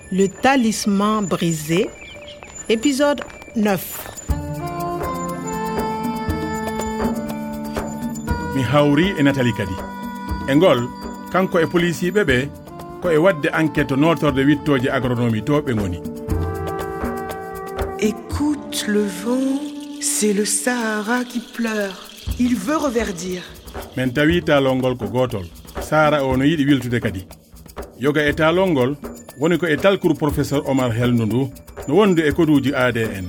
Le talisman brisé, épisode 9. Mi hawri e Nathalie kadi. E ngol kanko e policiɓe ɓe ko e wadde enquête notorde wittoje agronomie to ɓe ngoni. Écoute le vent, c'est le Sahara qui pleure. Il veut reverdir. Men tawi talongol ko gotol. Sahara o no yiɗi wiltude kadi. Yoga e talongol woni ko e talkuru professeur Omar Helndu ndu no wondu e koduji ADN.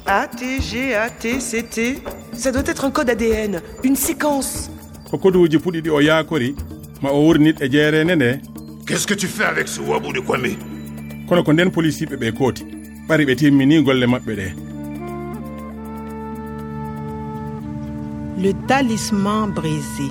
ATGATCT, ça doit être un code ADN, une séquence. Ko koduji puɗiɗi o yaakori ma o wurnit e jeerende nde. Qu'est-ce que tu fais avec ce wabou de Kwame? Kono ko nden policiɓe ɓe kooti ɓari ɓe timmini golle maɓɓe ɗe. Le talisman brisé.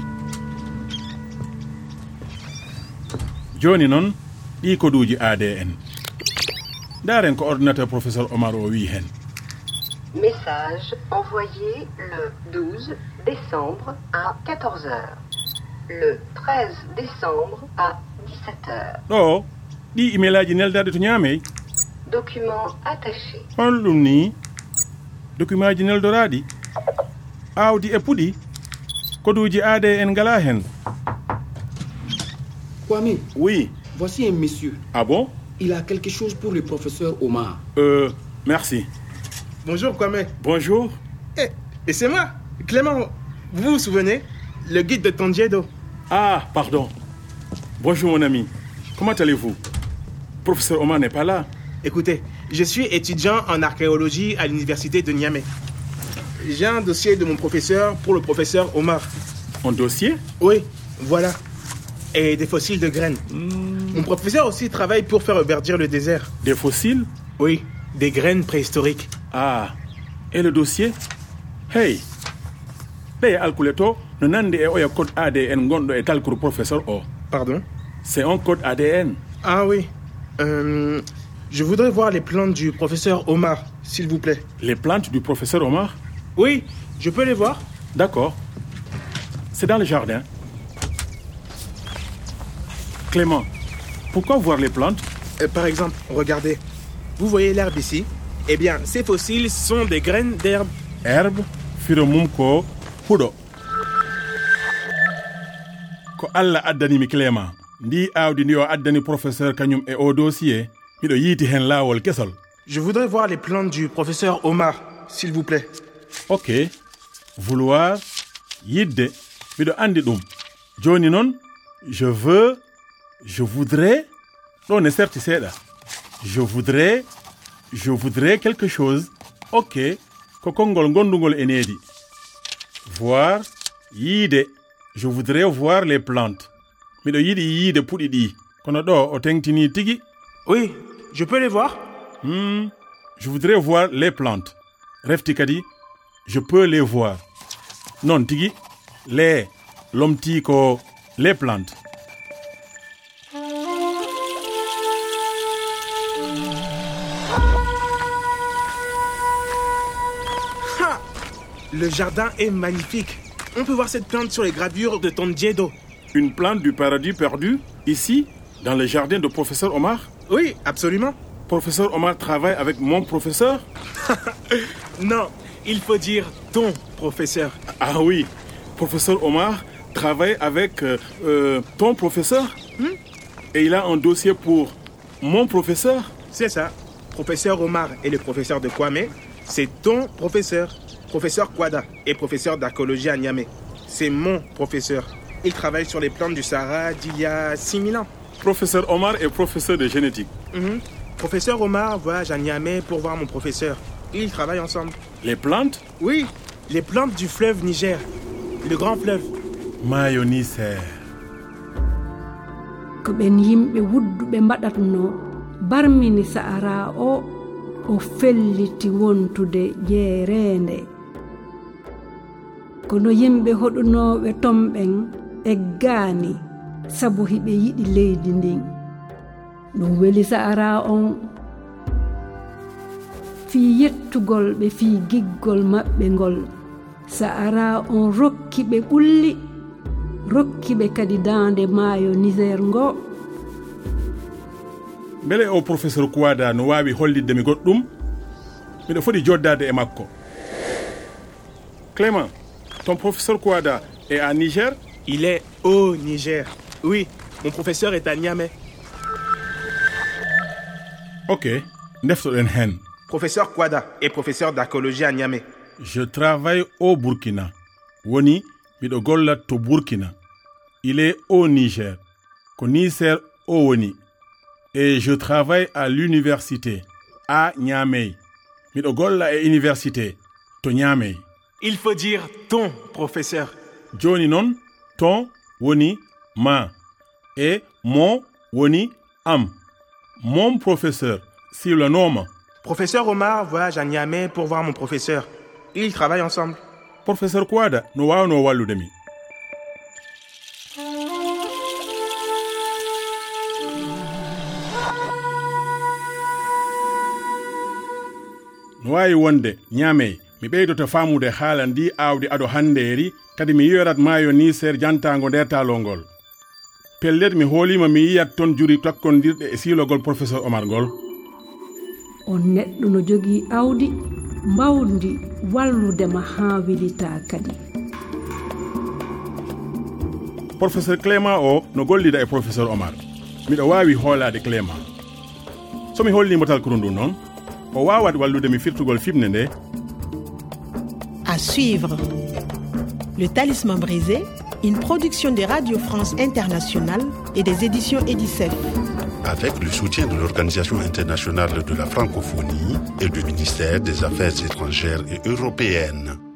Joni noon ɗi koduji ADN. Daren ko ordinateur professeur Omar o wi hen. Message envoyé le 12 décembre à 14h. Le 13 décembre à 17h. ɗo ɗi email-aji neldade to ñaamey. Document attaché. Holɗum ni document ji neldoraɗi awdi e puɗi koduji ADN ngala hen. Kwame, Oui. voici un monsieur. Ah bon? Il a quelque chose pour le professeur Omar. Merci. Bonjour Kwame. Bonjour. Et c'est moi, Clément. Vous vous souvenez? Le guide de Tondjedo. Ah, pardon. Bonjour mon ami. Comment allez-vous? Professeur Omar n'est pas là. Écoutez, je suis étudiant en archéologie à l'université de Niamey. J'ai un dossier de mon professeur pour le professeur Omar. Un dossier? Oui, voilà. Et des fossiles de graines. Mon professeur aussi travaille pour faire reverdir le désert. Des fossiles? Oui, des graines préhistoriques. Ah, et le dossier? Hey, ɓe alkule to no nandi e oya code ADN gonɗo e talkuru professeur o. Pardon? C'est un code ADN. Ah oui. Je voudrais voir les plantes du professeur Omar, s'il vous plaît. Les plantes du professeur Omar? Oui, je peux les voir? D'accord. C'est dans le jardin. Clément, pourquoi voir les plantes? Par exemple, regardez. Vous voyez l'herbe ici? Eh bien, ces fossiles sont des graines d'herbe. Herbe, firomum ko huɗo. Ko Allah addanimi Clément. Ndi awdi ndi o addani professeur kañum e o dossier. Miɗo yiiti hen laawol kesol. Je voudrais voir les plantes du professeur Omar, s'il vous plaît. Ok. Vouloir, yidde, miɗo andi ɗum. Joni noon, je veux, je voudrais, ɗo ne serti seeɗa. Je voudrais quelque chose. Ok. Ko konngol gondugol e needi. Voir, yiide. Je voudrais voir les plantes. Miɗo yiɗi yiide puɗi ɗi. Kono ɗo o tengtini tigi. Oui, je peux les voir? Je voudrais voir les plantes. Refti kadi, je peux les voir. Non tigi, les, lomti ko les plantes. Ha! Le jardin est magnifique. On peut voir cette plante sur les gravures de Tondjedo. Une plante du paradis perdu, ici, dans le jardin de professeur Omar? Oui, absolument. Professeur Omar travaille avec mon professeur? Non, il faut dire ton professeur. Ah oui, professeur Omar travaille avec ton professeur? Et il a un dossier pour mon professeur? C'est ça. Professeur Omar est le professeur de Kwame. C'est ton professeur. Professeur Kwada est professeur d'archéologie à Niamey. C'est mon professeur. Il travaille sur les plantes du Sahara d'il y a 6000 ans. Professeur Omar est professeur de génétique. Professeur Omar voyage à Niamey pour voir mon professeur. Ils travaillent ensemble. Les plantes? Oui, les plantes du fleuve Niger. Le grand fleuve. Mayo Niger. Ko ben yimɓe wudduɓe mbaɗatno barmini Sahara o felliti wontude jeerende. Kono yimɓe hoɗunoɓe tomɓen eggaani sabu hiɓe yiɗi leydi ndin. Ɗum weli Sahara on fii yettugol ɓe fii giggol maɓɓe ngol. Sahara on rokki ɓe ɓulli, rokki ɓe kadi daande maayo Niger ngo. Bele o professeur Kouada no wawi hollidde mi goɗɗum miɗo foti joddade e makko. Clément, ton professeur Kouada est à Niger? Il est au Niger. Oui, mon professeur est à Niamey. Ok, ndeftoɗen hen. Professeur Kouada est professeur d'archéologie à Niamey. Je travaille au Burkina. Woni, miɗo golla to Burkina. Il est au Niger. Ko Niger o woni. Et je travaille à l'université à Niamey. Miɗo golla e université to Niamey. Il faut dire ton professeur. Joni non, ton woni ma. Et mon woni am. Mon professeur, c'est le nom. Professeur Omar voyage à Niamey pour voir mon professeur. Ils travaillent ensemble. Professeur Kouada no wawno wallude mi. No wawi wonde Niamey mi ɓeydoto famude haala ndi awdi ado handeri kadi mi yiyorat maayo Niger jantago nder talol pellet mi hoolima mi yiyat ton juri takkondirɗe e silogol professeur Omar ngol. On neɗɗo no jogii awdi mbawdi walludema haa welita kadi. Professeur Clément o no gollida e professeur Omar. Miɗo wawi hoolade Clément. So mi hollimo talkuru ndu noon o wawat wallude mi firtugol fimne nde. À suivre. Le Talisman brisé, une production de Radio France Internationale et des éditions Edicef. Avec le soutien de l'Organisation internationale de la francophonie et du ministère des Affaires étrangères et européennes.